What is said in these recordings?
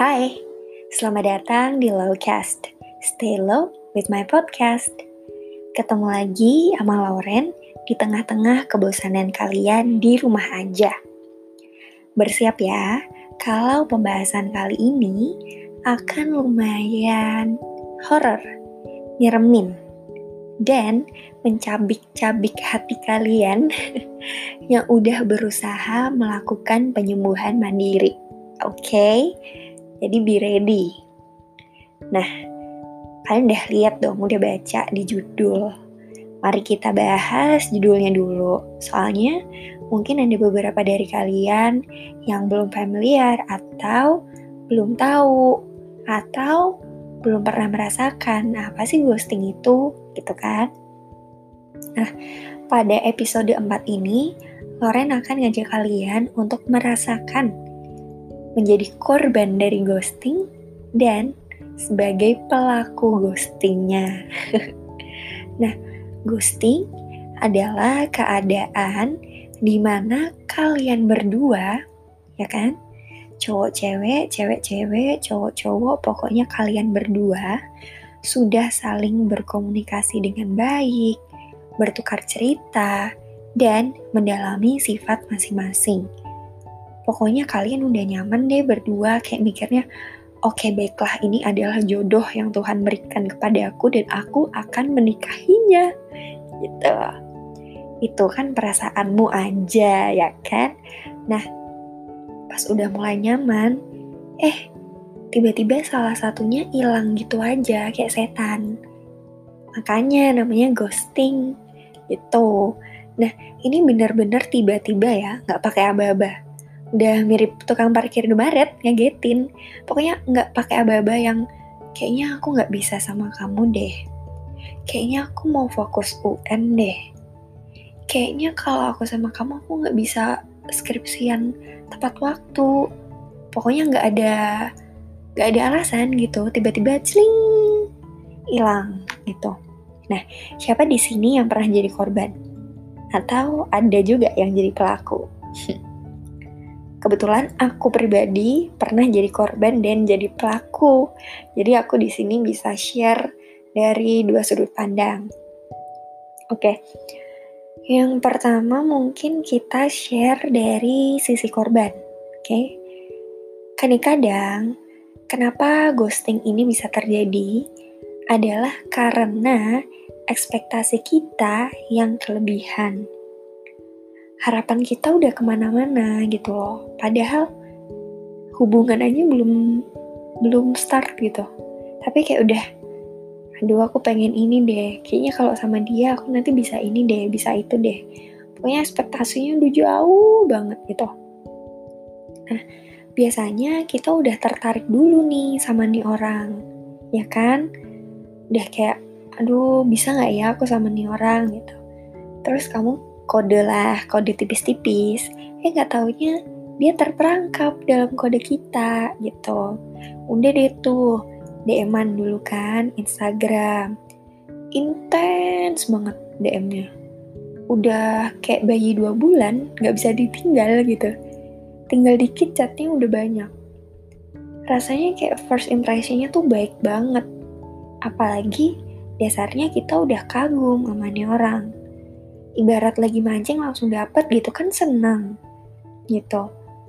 Hai, selamat datang di Lowcast. Stay low with my podcast. Ketemu lagi sama Lauren di tengah-tengah kebosanan kalian di rumah aja. Bersiap ya, kalau pembahasan kali ini akan lumayan horor, nyeremin, dan mencabik-cabik hati kalian yang udah berusaha melakukan penyembuhan mandiri. Oke? Jadi be ready. Nah, kalian udah lihat dong, udah baca di judul. Mari kita bahas judulnya dulu. Soalnya mungkin ada beberapa dari kalian yang belum familiar atau belum tahu atau belum pernah merasakan apa sih ghosting itu, gitu kan? Nah, pada episode 4 ini, Lauren akan ngajak kalian untuk merasakan menjadi korban dari ghosting dan sebagai pelaku ghostingnya. Nah, ghosting adalah keadaan di mana kalian berdua, ya kan, cowok-cewek, cewek-cewek, cowok-cowok, pokoknya kalian berdua sudah saling berkomunikasi dengan baik, bertukar cerita, dan mendalami sifat masing-masing. Pokoknya kalian udah nyaman deh berdua, kayak mikirnya, oke, baiklah, ini adalah jodoh yang Tuhan berikan kepada aku dan aku akan menikahinya. Gitu. Itu kan perasaanmu aja, ya kan? Nah, pas udah mulai nyaman, tiba-tiba salah satunya hilang gitu aja, kayak setan. Makanya namanya ghosting. Gitu. Nah, ini benar-benar tiba-tiba ya, nggak pakai aba-aba. Udah mirip tukang parkir Indomaret, ngagetin. Pokoknya nggak pakai aba-aba yang kayaknya aku nggak bisa sama kamu deh. Kayaknya aku mau fokus UN deh. Kayaknya kalau aku sama kamu aku nggak bisa skripsian tepat waktu. Pokoknya nggak ada alasan gitu. Tiba-tiba celing hilang gitu. Nah, siapa di sini yang pernah jadi korban? Atau ada juga yang jadi pelaku? Kebetulan aku pribadi pernah jadi korban dan jadi pelaku. Jadi aku di sini bisa share dari dua sudut pandang. Oke. Yang pertama mungkin kita share dari sisi korban. Oke. Kadang-kadang kenapa ghosting ini bisa terjadi adalah karena ekspektasi kita yang kelebihan. Harapan kita udah kemana-mana gitu loh. Padahal hubungan aja belum start gitu. Tapi kayak udah, aduh aku pengen ini deh. Kayaknya kalau sama dia aku nanti bisa ini deh, bisa itu deh. Pokoknya ekspektasinya udah jauh banget gitu. Nah, biasanya kita udah tertarik dulu nih sama nih orang. Ya kan? Udah kayak, aduh bisa gak ya aku sama nih orang gitu. Terus kamu kode tipis-tipis, gak taunya dia terperangkap dalam kode kita gitu. Udah deh tuh DM-an dulu kan, Instagram, intens banget DM-nya, udah kayak bayi 2 bulan gak bisa ditinggal gitu, tinggal dikit chatnya udah banyak. Rasanya kayak first impression-nya tuh baik banget, apalagi dasarnya kita udah kagum sama nih orang. Ibarat lagi mancing langsung dapet gitu kan, senang gitu.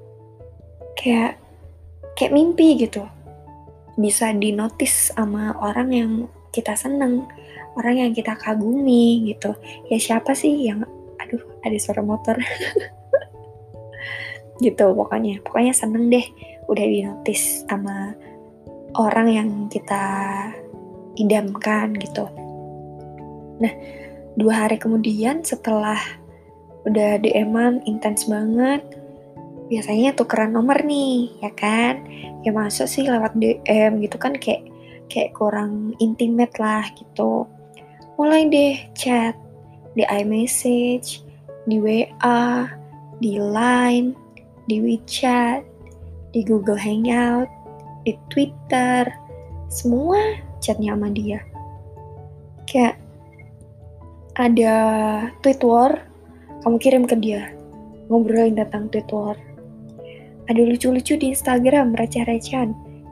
Kayak mimpi gitu. Bisa dinotis sama orang yang kita seneng, orang yang kita kagumi gitu. Ya siapa sih yang, aduh ada suara motor. Gitu pokoknya seneng deh udah dinotis sama orang yang kita idamkan gitu. Nah, 2 hari kemudian setelah udah DM-an intens banget, biasanya tukeran nomor nih, ya kan? Ya masuk sih lewat DM gitu kan, kayak kurang intimate lah gitu. Mulai deh chat, di iMessage, di WA, di Line, di WeChat, di Google Hangout, di Twitter, semua chatnya sama dia. Kayak ada tweet war, kamu kirim ke dia, ngobrolin tentang tweet war. Ada lucu-lucu di Instagram, receh-recehan,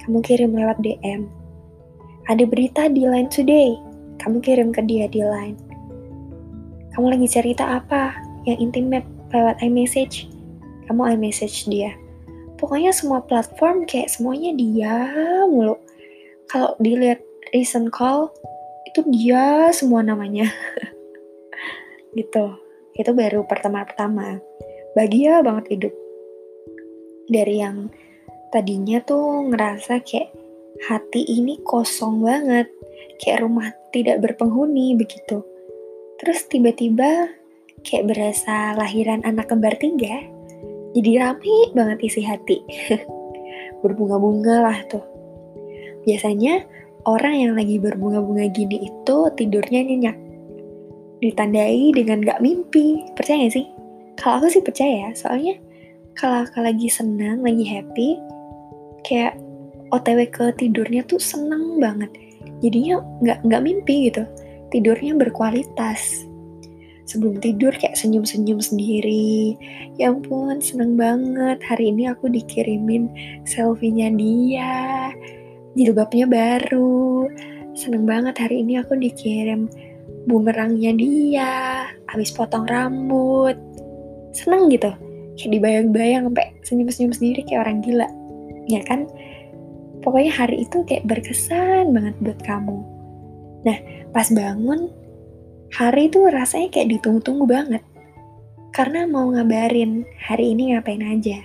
kamu kirim lewat DM. Ada berita di Line Today, kamu kirim ke dia di Line. Kamu lagi cerita apa yang intimate lewat iMessage, kamu iMessage dia. Pokoknya semua platform kayak semuanya dia mulu. Kalau dilihat recent call, itu dia semua namanya. Gitu. Itu baru pertama-tama. Bahagia banget hidup. Dari yang tadinya tuh ngerasa kayak hati ini kosong banget. Kayak rumah tidak berpenghuni begitu. Terus tiba-tiba kayak berasa lahiran anak kembar 3. Jadi rame banget isi hati. Berbunga-bunga lah tuh. Biasanya orang yang lagi berbunga-bunga gini itu tidurnya nyenyak. Ditandai dengan gak mimpi. Percaya gak sih? Kalau aku sih percaya. Soalnya kalau aku lagi senang, lagi happy, kayak OTW ke tidurnya tuh seneng banget. Jadinya gak mimpi gitu. Tidurnya berkualitas. Sebelum tidur kayak senyum-senyum sendiri. Ya ampun, seneng banget. Hari ini aku dikirimin selfie-nya dia. Jilbabnya baru. Seneng banget hari ini aku dikirim bumerangnya dia. Habis potong rambut. Seneng gitu. Kayak dibayang-bayang sampai senyum-senyum sendiri kayak orang gila. Ya kan? Pokoknya hari itu kayak berkesan banget buat kamu. Nah, pas bangun, hari itu rasanya kayak ditunggu-tunggu banget. Karena mau ngabarin hari ini ngapain aja.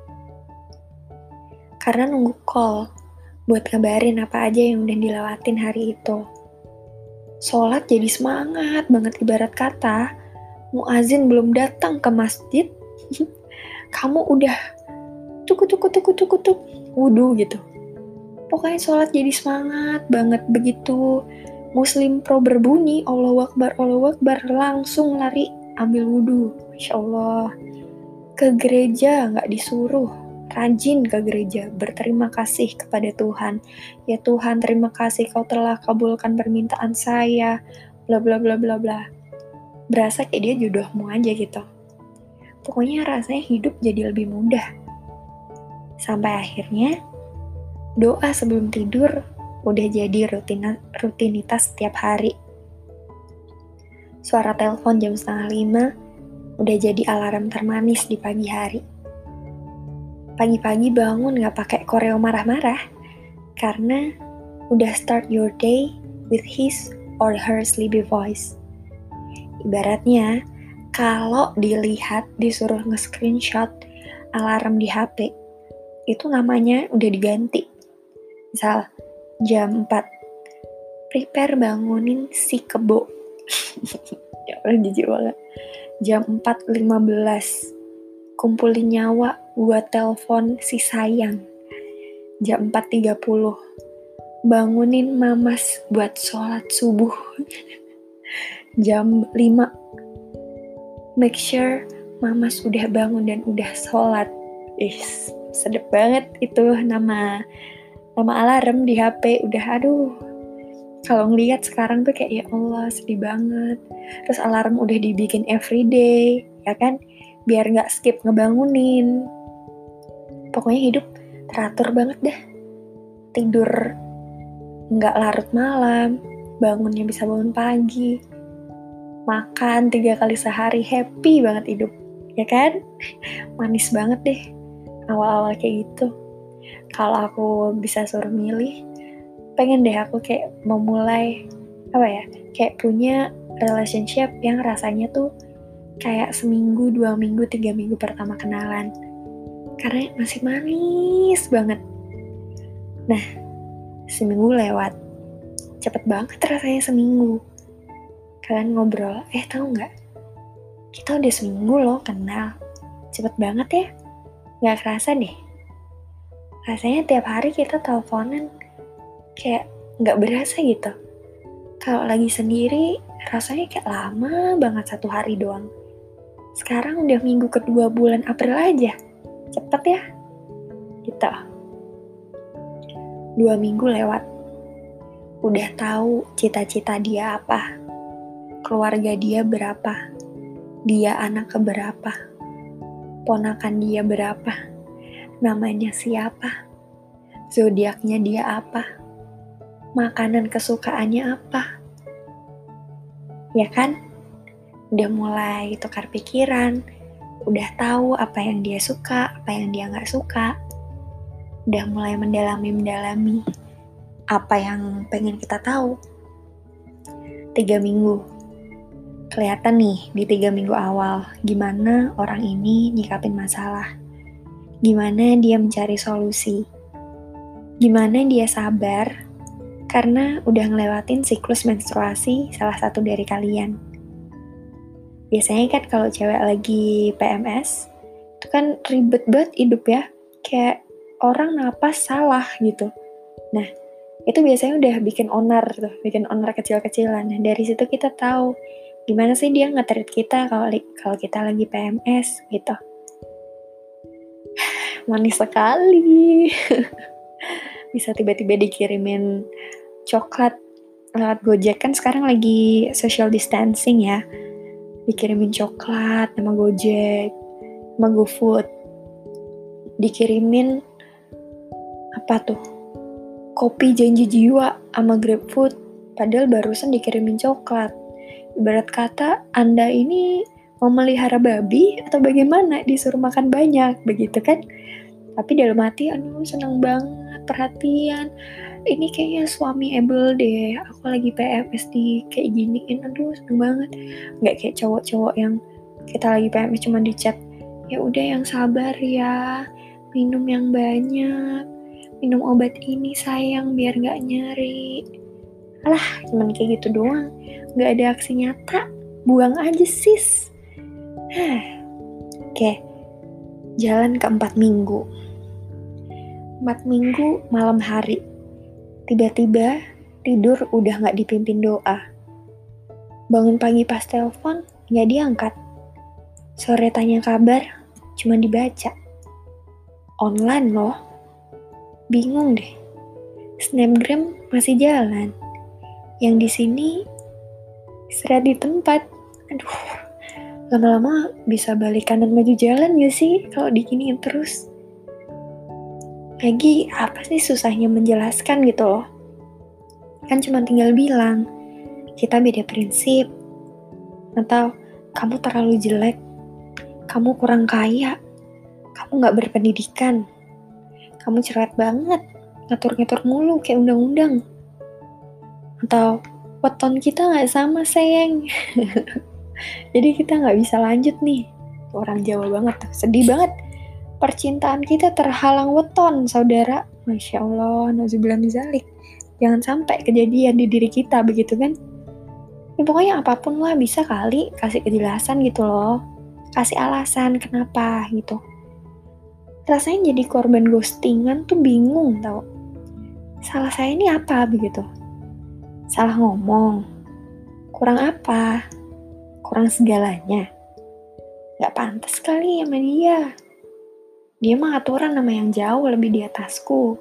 Karena nunggu call buat ngabarin apa aja yang udah dilewatin hari itu. Sholat jadi semangat banget, ibarat kata muazin belum datang ke masjid, kamu udah tuk wudu gitu. Pokoknya sholat jadi semangat banget begitu. Muslim pro berbunyi, Allahu Akbar, langsung lari ambil wudhu. Masya Allah. Ke gereja gak disuruh, rajin ke gereja, berterima kasih kepada Tuhan. Ya Tuhan, terima kasih kau telah kabulkan permintaan saya, bla bla bla bla bla. Berasa kayak dia jodohmu aja gitu. Pokoknya rasanya hidup jadi lebih mudah. Sampai akhirnya doa sebelum tidur udah jadi rutinitas setiap hari. Suara telepon jam 4:30 udah jadi alarm termanis di pagi hari. Pagi-pagi bangun gak pakai koreo marah-marah, karena udah start your day with his or her sleepy voice. Ibaratnya, kalau dilihat disuruh nge-screenshot alarm di HP, itu namanya udah diganti. Misal, jam 4, prepare bangunin si kebo. Ya Allah, jijik banget. Jam 4:15, kumpulin nyawa buat telepon si sayang. Jam 4:30, bangunin mamas buat sholat subuh. Jam 5, make sure mamas udah bangun dan udah sholat. Sedep banget itu nama alarm di HP. Udah kalau ngelihat sekarang tuh kayak ya Allah sedih banget. Terus alarm udah dibikin everyday, ya kan? Biar gak skip ngebangunin. Pokoknya hidup teratur banget dah. Tidur gak larut malam, bangunnya bisa bangun pagi. Makan 3 kali sehari, happy banget hidup, ya kan? Manis banget deh awal-awal kayak gitu. Kalau aku bisa suruh milih, pengen deh aku kayak memulai kayak punya relationship yang rasanya tuh kayak seminggu, 2 minggu, 3 minggu pertama kenalan. Karena masih manis banget. Nah, seminggu lewat, cepet banget rasanya seminggu. Kalian ngobrol, tahu nggak? Kita udah seminggu loh kenal, cepet banget ya. Nggak kerasa deh. Rasanya tiap hari kita teleponan kayak nggak berasa gitu. Kalau lagi sendiri, rasanya kayak lama banget 1 hari doang. Sekarang udah minggu kedua bulan April aja. Cepet ya? Gitu. 2 minggu lewat. Udah tahu cita-cita dia apa. Keluarga dia berapa. Dia anak keberapa. Ponakan dia berapa. Namanya siapa. zodiaknya dia apa, makanan kesukaannya apa, ya kan? Udah mulai tukar pikiran, udah tahu apa yang dia suka, apa yang dia nggak suka, udah mulai mendalami apa yang pengen kita tahu. 3 minggu, kelihatan nih di 3 minggu awal gimana orang ini nyikapin masalah, gimana dia mencari solusi, gimana dia sabar karena udah ngelewatin siklus menstruasi salah satu dari kalian. Biasanya kan kalau cewek lagi PMS, itu kan ribet banget hidup ya, kayak orang napas salah gitu. Nah, itu biasanya udah bikin onar kecil-kecilan. Nah, dari situ kita tahu gimana sih dia nge-treat kita kalau kita lagi PMS gitu. Manis sekali. Bisa tiba-tiba dikirimin coklat lewat Gojek, kan sekarang lagi social distancing ya. Dikirimin coklat sama Gojek, sama GoFood. Dikirimin apa tuh? Kopi janji jiwa sama GrabFood, padahal barusan dikirimin coklat. Ibarat kata, Anda ini memelihara babi atau bagaimana, disuruh makan banyak, begitu kan? Tapi dalam hati, aduh seneng banget, perhatian. Ini kayaknya suami able deh, aku lagi PMS di kayak giniin, aduh seneng banget. Nggak kayak cowok-cowok yang kita lagi PMS cuma di chat, ya udah yang sabar ya, minum yang banyak, minum obat ini sayang biar gak nyeri. Alah, cuman kayak gitu doang, gak ada aksi nyata, buang aja sis. Oke, jalan ke 4 minggu. 4 minggu malam hari, tiba-tiba tidur udah gak dipimpin doa. Bangun pagi pas telepon gak diangkat. Sore tanya kabar, cuma dibaca. Online loh. Bingung deh. Snapgram masih jalan. Yang di sini istirahat di tempat. Aduh, lama-lama bisa balik kanan maju jalan gak sih kalau diginiin terus? Lagi apa sih susahnya menjelaskan gitu loh? Kan cuma tinggal bilang, kita beda prinsip. Atau kamu terlalu jelek, kamu kurang kaya, kamu gak berpendidikan, kamu cerewet banget, ngatur-ngatur mulu kayak undang-undang. Atau weton kita gak sama sayang. Jadi kita gak bisa lanjut nih. Orang Jawa banget tuh, sedih banget. Percintaan kita terhalang weton, saudara. Masya Allah, nauzubillah min dzalik. Jangan sampai kejadian di diri kita begitu kan. Ya, pokoknya apapun lah bisa kali kasih kejelasan gitu loh. Kasih alasan kenapa gitu. Rasanya jadi korban ghostingan tuh bingung tau. Salah saya ini apa begitu? Salah ngomong? Kurang apa? Kurang segalanya? Gak pantas kali sama dia. Dia mah aturan sama yang jauh lebih di atasku.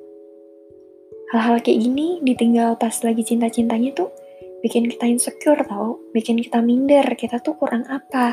Hal-hal kayak gini ditinggal pas lagi cinta-cintanya tuh bikin kita insecure tau. Bikin kita minder, kita tuh kurang apa.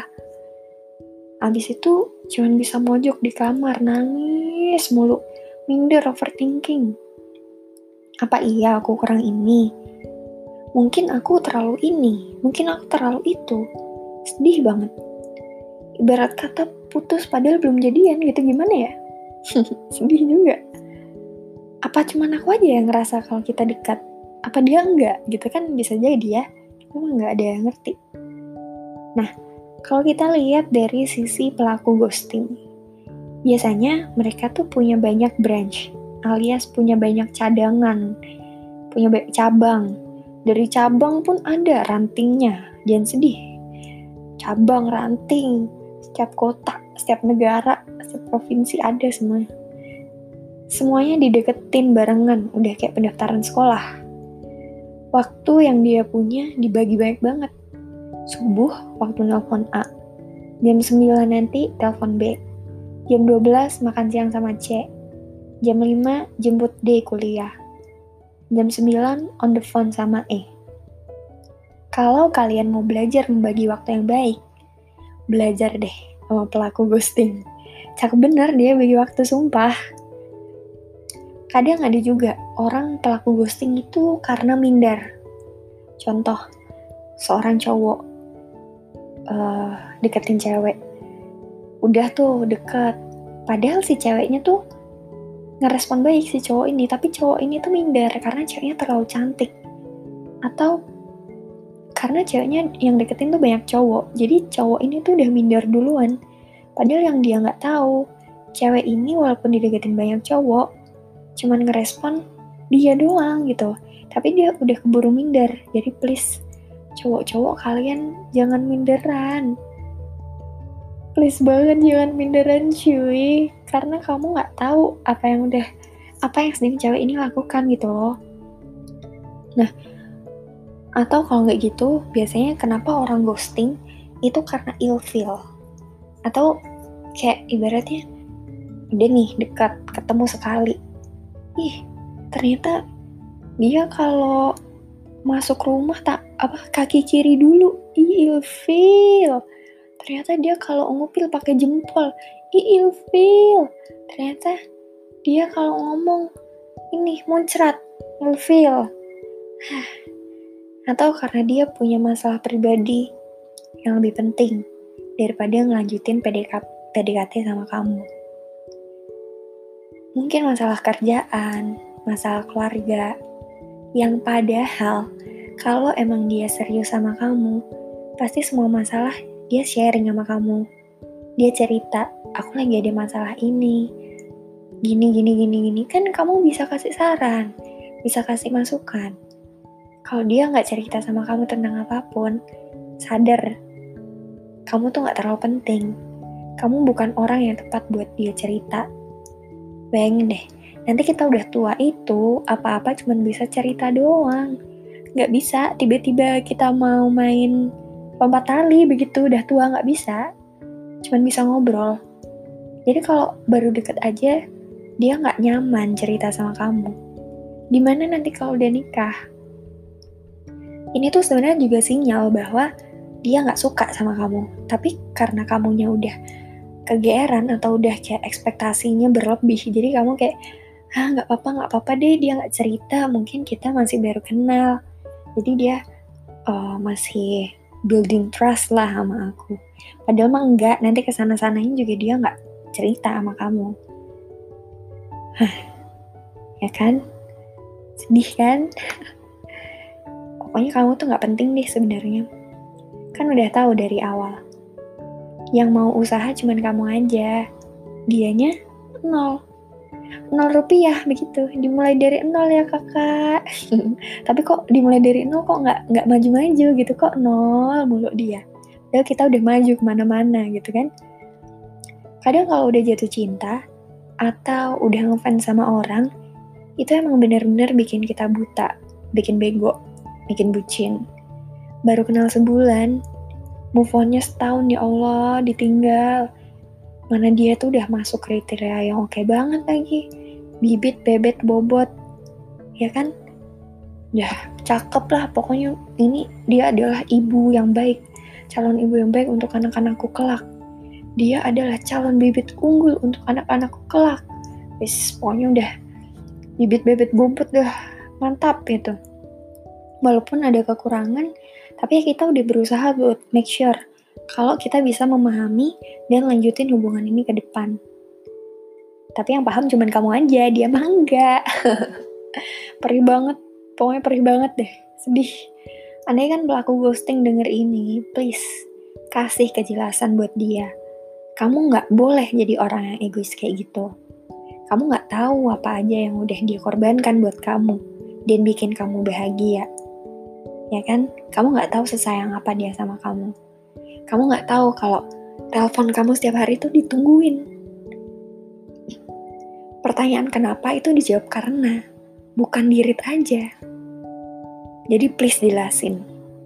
Abis itu cuman bisa mojok di kamar, nangis mulu, minder, overthinking. Apa iya aku kurang ini? Mungkin aku terlalu ini, mungkin aku terlalu itu. Sedih banget. Ibarat kata putus padahal belum jadian gitu, gimana ya? Sedih juga. Apa cuman aku aja yang ngerasa kalau kita dekat? Apa dia enggak? Gitu kan bisa jadi ya. Cuma enggak ada yang ngerti. Nah, kalau kita lihat dari sisi pelaku ghosting, biasanya mereka tuh punya banyak branch, alias punya banyak cadangan, punya banyak cabang. Dari cabang pun ada rantingnya, jangan sedih. Cabang, ranting, setiap kota, setiap negara, setiap provinsi ada semua. Semuanya dideketin barengan, udah kayak pendaftaran sekolah. Waktu yang dia punya dibagi banyak banget. Subuh waktu nelpon A, jam 9 nanti telepon B, jam 12 makan siang sama C, jam 5 jemput D kuliah, jam 9 on the phone sama E. Kalau kalian mau belajar membagi waktu yang baik, belajar deh sama pelaku ghosting. Cakep bener dia bagi waktu, sumpah. Kadang ada juga orang pelaku ghosting itu karena minder. Contoh, seorang cowok deketin cewek. Udah tuh deket. Padahal si ceweknya tuh ngerespon baik si cowok ini, tapi cowok ini tuh minder karena ceweknya terlalu cantik. Atau karena ceweknya yang deketin tuh banyak cowok. Jadi cowok ini tuh udah minder duluan. Padahal yang dia nggak tahu, cewek ini walaupun dideketin banyak cowok, cuman ngerespon dia doang gitu. Tapi dia udah keburu minder. Jadi please, cowok-cowok kalian jangan minderan. Please banget jangan minderan cuy. Karena kamu gak tahu apa yang sedang cewek ini lakukan gitu loh. Nah, atau kalau gak gitu, biasanya kenapa orang ghosting itu karena ilfeel. Atau kayak ibaratnya, udah nih dekat, ketemu sekali. Ternyata dia kalau masuk rumah kaki kiri dulu. Ilfeel. Ternyata dia kalau ngupil pakai jempol. Ilfeel. Ternyata dia kalau ngomong ini muncrat. Ilfeel. Atau karena dia punya masalah pribadi yang lebih penting daripada ngelanjutin PDKT sama kamu. Mungkin masalah kerjaan, masalah keluarga, yang padahal kalau emang dia serius sama kamu, pasti semua masalah dia sharing sama kamu. Dia cerita, aku lagi ada masalah ini, gini. Kan kamu bisa kasih saran, bisa kasih masukan. Kalau dia gak cerita sama kamu tentang apapun, sadar, kamu tuh gak terlalu penting. Kamu bukan orang yang tepat buat dia cerita. Bayangin deh, nanti kita udah tua itu, apa-apa cuma bisa cerita doang. Gak bisa, tiba-tiba kita mau main lompat tali, begitu udah tua gak bisa. Cuman bisa ngobrol. Jadi kalau baru deket aja, dia gak nyaman cerita sama kamu. Gimana nanti kalau udah nikah? Ini tuh sebenarnya juga sinyal bahwa dia gak suka sama kamu. Tapi karena kamunya udah kegeeran atau udah kayak ekspektasinya berlebih, jadi kamu kayak gak apa-apa deh dia gak cerita, mungkin kita masih baru kenal, jadi dia masih building trust lah sama aku. Padahal mah enggak, nanti kesana-sanain juga dia gak cerita sama kamu. Ya kan? Sedih kan? Pokoknya kamu tuh gak penting deh sebenarnya. Kan udah tahu dari awal. Yang mau usaha cuman kamu aja. Dianya 0 rupiah begitu. Dimulai dari 0 ya kakak. Tapi kok dimulai dari 0 kok nggak maju-maju gitu. Kok 0 mulu dia. Padahal kita udah maju kemana-mana gitu kan. Kadang kalau udah jatuh cinta atau udah ngefans sama orang, itu emang benar-benar bikin kita buta, bikin bego, bikin bucin. Baru kenal sebulan, move on-nya setahun, ya Allah, ditinggal. Mana dia tuh udah masuk kriteria yang oke banget lagi. Bibit, bebet, bobot. Ya kan? Ya, cakep lah. Pokoknya ini dia adalah ibu yang baik. Calon ibu yang baik untuk anak-anakku kelak. Dia adalah calon bibit unggul untuk anak-anakku kelak. Pokoknya udah bibit, bebet, bobot dah. Mantap gitu. Walaupun ada kekurangan, tapi kita udah berusaha buat make sure kalau kita bisa memahami dan lanjutin hubungan ini ke depan. Tapi yang paham cuman kamu aja, dia mah enggak. Perih banget, pokoknya perih banget deh, sedih. Andai kan pelaku ghosting denger ini, please kasih kejelasan buat dia. Kamu gak boleh jadi orang yang egois kayak gitu. Kamu gak tahu apa aja yang udah dia korbankan buat kamu dan bikin kamu bahagia. Ya kan? Kamu gak tahu sesayang apa dia sama kamu. Kamu gak tahu kalau telepon kamu setiap hari itu ditungguin. Pertanyaan kenapa itu dijawab karena, bukan dirit aja. Jadi please jelasin.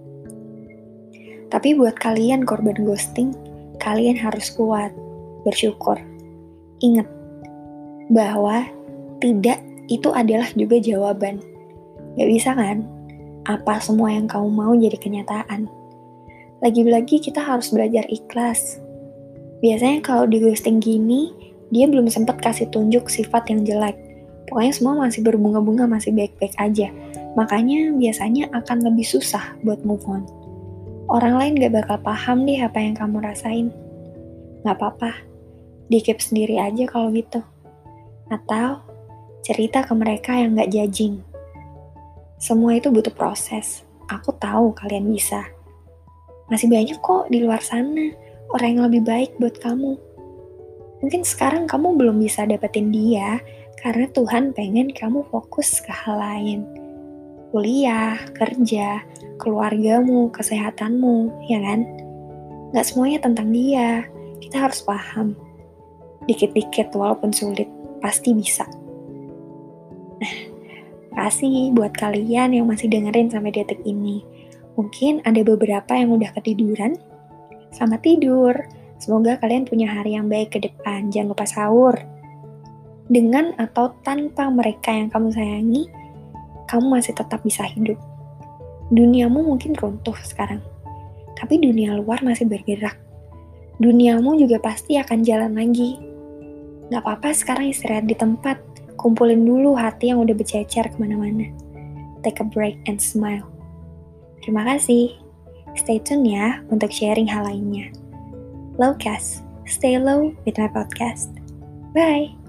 Tapi buat kalian korban ghosting, kalian harus kuat, bersyukur. Ingat bahwa tidak itu adalah juga jawaban. Gak bisa kan? Apa semua yang kamu mau jadi kenyataan? Lagi-lagi kita harus belajar ikhlas. Biasanya kalau di ghosting gini, dia belum sempat kasih tunjuk sifat yang jelek. Pokoknya semua masih berbunga-bunga, masih baik-baik aja. Makanya biasanya akan lebih susah buat move on. Orang lain gak bakal paham deh apa yang kamu rasain. Gak apa-apa, di-keep sendiri aja kalau gitu. Atau cerita ke mereka yang gak judging. Semua itu butuh proses. Aku tahu kalian bisa. Masih banyak kok di luar sana orang yang lebih baik buat kamu. Mungkin sekarang kamu belum bisa dapetin dia karena Tuhan pengen kamu fokus ke hal lain. Kuliah, kerja, keluargamu, kesehatanmu, ya kan? Gak semuanya tentang dia. Kita harus paham. Dikit-dikit walaupun sulit, pasti bisa. Makasih buat kalian yang masih dengerin sampai detik ini. Mungkin ada beberapa yang udah ketiduran. Selamat tidur. Semoga kalian punya hari yang baik ke depan. Jangan lupa sahur. Dengan atau tanpa mereka yang kamu sayangi, kamu masih tetap bisa hidup. Duniamu mungkin runtuh sekarang, tapi dunia luar masih bergerak. Duniamu juga pasti akan jalan lagi. Gak apa-apa sekarang istirahat di tempat. Kumpulin dulu hati yang udah bercecer kemana-mana. Take a break and smile. Terima kasih. Stay tune ya untuk sharing hal lainnya. Lowcast, stay low with my podcast. Bye!